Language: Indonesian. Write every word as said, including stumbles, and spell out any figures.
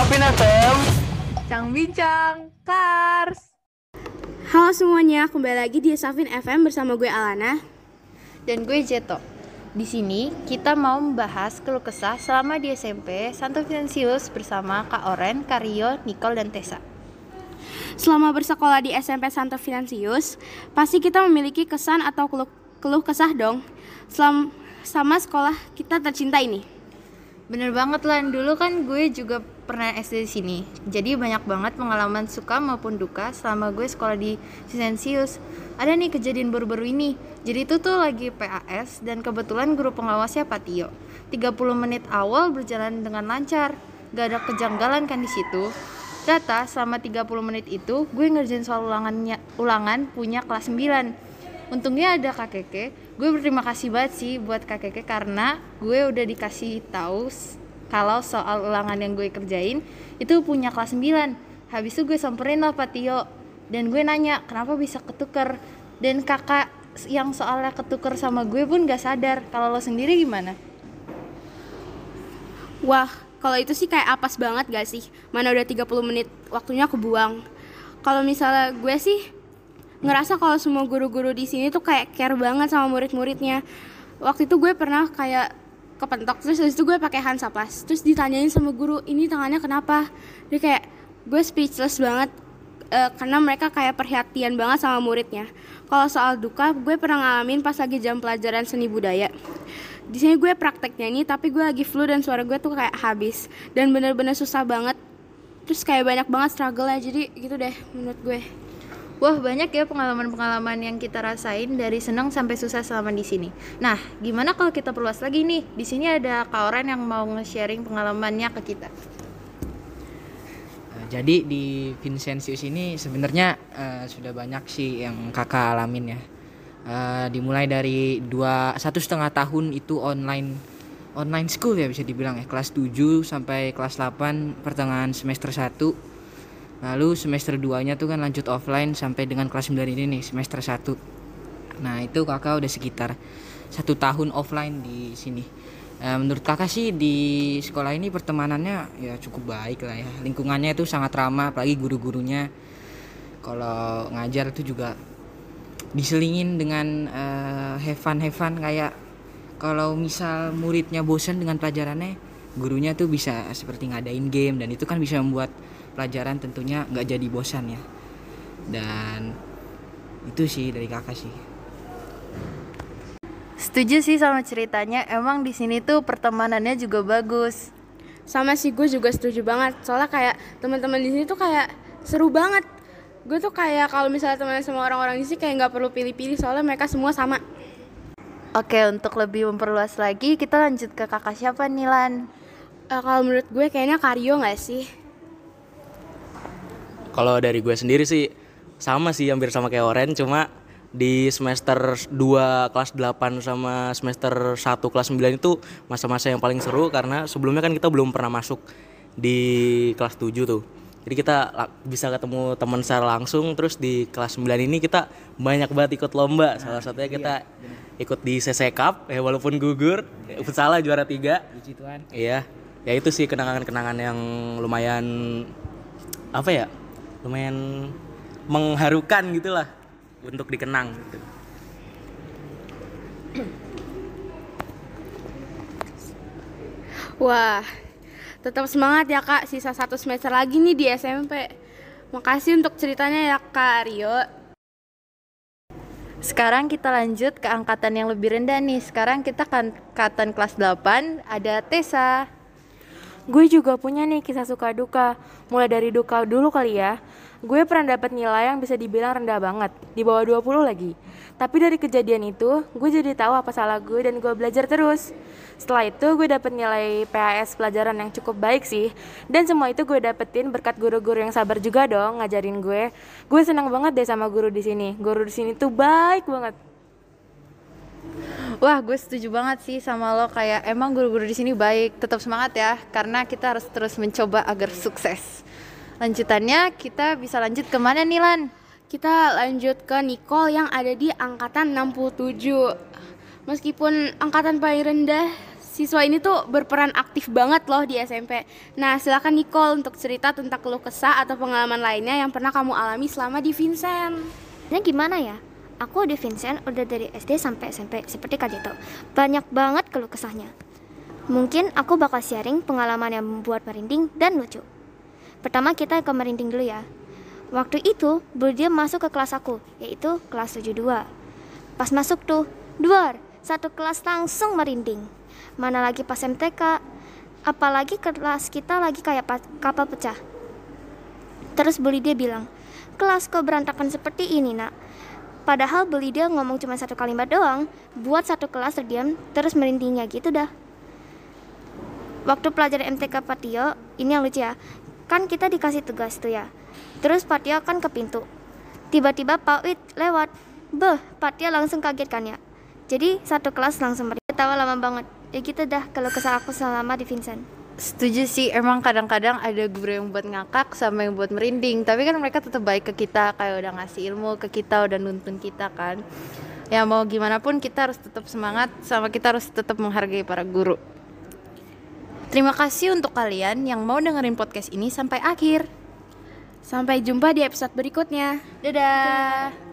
Upin F M. Bincang-bincang Kars. Halo semuanya, kembali lagi di Safin F M bersama gue Alana dan gue Jeto. Di sini kita mau membahas keluh kesah selama di S M P Santo Vincentius bersama Kak Oren, Kak Rio, Nicole, dan Tessa. Selama bersekolah di S M P Santo Vincentius, pasti kita memiliki kesan atau keluh, keluh kesah dong selama sama sekolah kita tercinta ini. Bener banget Lan, dulu kan gue juga pernah S D di sini. Jadi banyak banget pengalaman suka maupun duka selama gue sekolah di Vincentius. Ada nih kejadian baru-baru ini. Jadi itu tuh lagi P A S dan kebetulan guru pengawasnya Pak Tio. tiga puluh menit awal berjalan dengan lancar. Gak ada kejanggalan kan di situ. Ternyata selama tiga puluh menit itu gue ngerjain soal ulangannya, ulangan punya kelas sembilan. Untungnya ada Kak Keke. Gue berterima kasih banget sih buat Kak Keke karena gue udah dikasih tahu kalau soal ulangan yang gue kerjain itu punya kelas sembilan. Habis itu gue samperin lah Pak Tio dan gue nanya kenapa bisa ketuker. Dan kakak yang soalnya ketuker sama gue pun gak sadar. Kalau lo sendiri gimana? Wah, kalau itu sih kayak apes banget gak sih? Mana udah tiga puluh menit waktunya kebuang. Kalau misalnya gue sih ngerasa kalau semua guru-guru di sini tuh kayak care banget sama murid-muridnya. Waktu itu gue pernah kayak kepentok, terus habis itu gue pakai Hansaplast. Terus ditanyain sama guru, ini tangannya kenapa? Dia kayak, gue speechless banget uh, karena mereka kayak perhatian banget sama muridnya. Kalau soal duka, gue pernah ngalamin pas lagi jam pelajaran seni budaya. Di sini gue praktek nyanyi, tapi gue lagi flu dan suara gue tuh kayak habis dan bener-bener susah banget. Terus kayak banyak banget struggle-nya, jadi gitu deh menurut gue. Wah, banyak ya pengalaman-pengalaman yang kita rasain dari senang sampai susah selama di sini. Nah, gimana kalau kita perluas lagi nih? Di sini ada Kak Oren yang mau nge-sharing pengalamannya ke kita. Jadi di Vincentius ini sebenarnya uh, sudah banyak sih yang kakak alamin ya. Uh, dimulai dari dua satu setengah tahun itu online online school ya bisa dibilang ya, kelas tujuh sampai kelas delapan pertengahan semester satu. Lalu semester dua-nya tuh kan lanjut offline sampai dengan kelas sembilan ini nih, semester satu. Nah, itu kakak udah sekitar satu tahun offline di sini. E, menurut kakak sih di sekolah ini pertemanannya ya cukup baik lah ya. Lingkungannya itu sangat ramah, apalagi guru-gurunya. Kalau ngajar itu juga diselingin dengan uh, have fun have fun kayak kalau misal muridnya bosan dengan pelajarannya, gurunya tuh bisa seperti ngadain game dan itu kan bisa membuat pelajaran tentunya nggak jadi bosan ya. Dan itu sih dari kakak sih. Setuju sih sama ceritanya. Emang di sini tuh pertemanannya juga bagus. Sama sih, gue juga setuju banget. Soalnya kayak teman-teman di sini tuh kayak seru banget. Gue tuh kayak kalau misalnya teman sama orang-orang di sini kayak nggak perlu pilih-pilih soalnya mereka semua sama. Oke, untuk lebih memperluas lagi kita lanjut ke kakak siapa nih Lan? Uh, kalau menurut gue kayaknya Karyo nggak sih? Kalau dari gue sendiri sih sama sih, hampir sama kayak Oren, cuma di semester dua kelas delapan sama semester satu kelas sembilan itu masa-masa yang paling seru karena sebelumnya kan kita belum pernah masuk di kelas tujuh tuh. Jadi kita bisa ketemu teman secara langsung, terus di kelas sembilan ini kita banyak banget ikut lomba. Salah satunya kita ikut di C C Cup, ya walaupun gugur, futsal juara tiga. Iya, ya itu sih kenangan-kenangan yang lumayan apa ya? lumayan mengharukan gitulah untuk dikenang gitu. Wah, tetap semangat ya Kak, sisa satu semester lagi nih di S M P. Makasih untuk ceritanya ya Kak Rio. Sekarang kita lanjut ke angkatan yang lebih rendah nih. Sekarang kita kan angkatan kelas delapan, ada Tessa. Gue juga punya nih kisah suka duka. Mulai dari duka dulu kali ya. Gue pernah dapat nilai yang bisa dibilang rendah banget, di bawah dua puluh lagi. Tapi dari kejadian itu, gue jadi tahu apa salah gue dan gue belajar terus. Setelah itu gue dapet nilai P A S pelajaran yang cukup baik sih. Dan semua itu gue dapetin berkat guru-guru yang sabar juga dong ngajarin gue. Gue senang banget deh sama guru di sini. Guru di sini tuh baik banget. Wah, gue setuju banget sih sama lo, kayak emang guru-guru di sini baik. Tetap semangat ya, karena kita harus terus mencoba agar sukses. Lanjutannya kita bisa lanjut ke mana nih Lan? Kita lanjut ke Nicole yang ada di angkatan enam puluh tujuh. Meskipun angkatan paling rendah siswa ini tuh berperan aktif banget loh di S M P. Nah, silakan Nicole untuk cerita tentang keluh kesah atau pengalaman lainnya yang pernah kamu alami selama di Vincent. Ini gimana ya? Aku di Vincent udah dari S D sampai S M P seperti Kak Dito. Banyak banget keluh kesahnya. Mungkin aku bakal sharing pengalaman yang membuat merinding dan lucu. Pertama kita ke merinding dulu ya. Waktu itu, Bu dia masuk ke kelas aku, yaitu kelas tujuh dua. Pas masuk tuh, duar, satu kelas langsung merinding. Mana lagi pas M T K, apalagi kelas kita lagi kayak kapal pecah. Terus Bu dia bilang, kelas kok berantakan seperti ini nak? Padahal Bu dia ngomong cuma satu kalimat doang, buat satu kelas terdiam, terus merindingnya gitu dah. Waktu pelajaran M T K Patio, ini yang lucu ya, kan kita dikasih tugas tuh ya. Terus Patio kan ke pintu. Tiba-tiba Pak Wid lewat. Beh, Patio langsung kaget kan ya. Jadi satu kelas langsung merinding. Ketawa lama banget. Ya gitu dah kalau kesal aku selama di Vincent. Setuju sih, emang kadang-kadang ada guru yang buat ngakak sama yang buat merinding. Tapi kan mereka tetap baik ke kita, kayak udah ngasih ilmu ke kita, udah nuntun kita kan. Ya mau gimana pun kita harus tetap semangat, sama kita harus tetap menghargai para guru. Terima kasih untuk kalian yang mau dengerin podcast ini sampai akhir. Sampai jumpa di episode berikutnya. Dadah.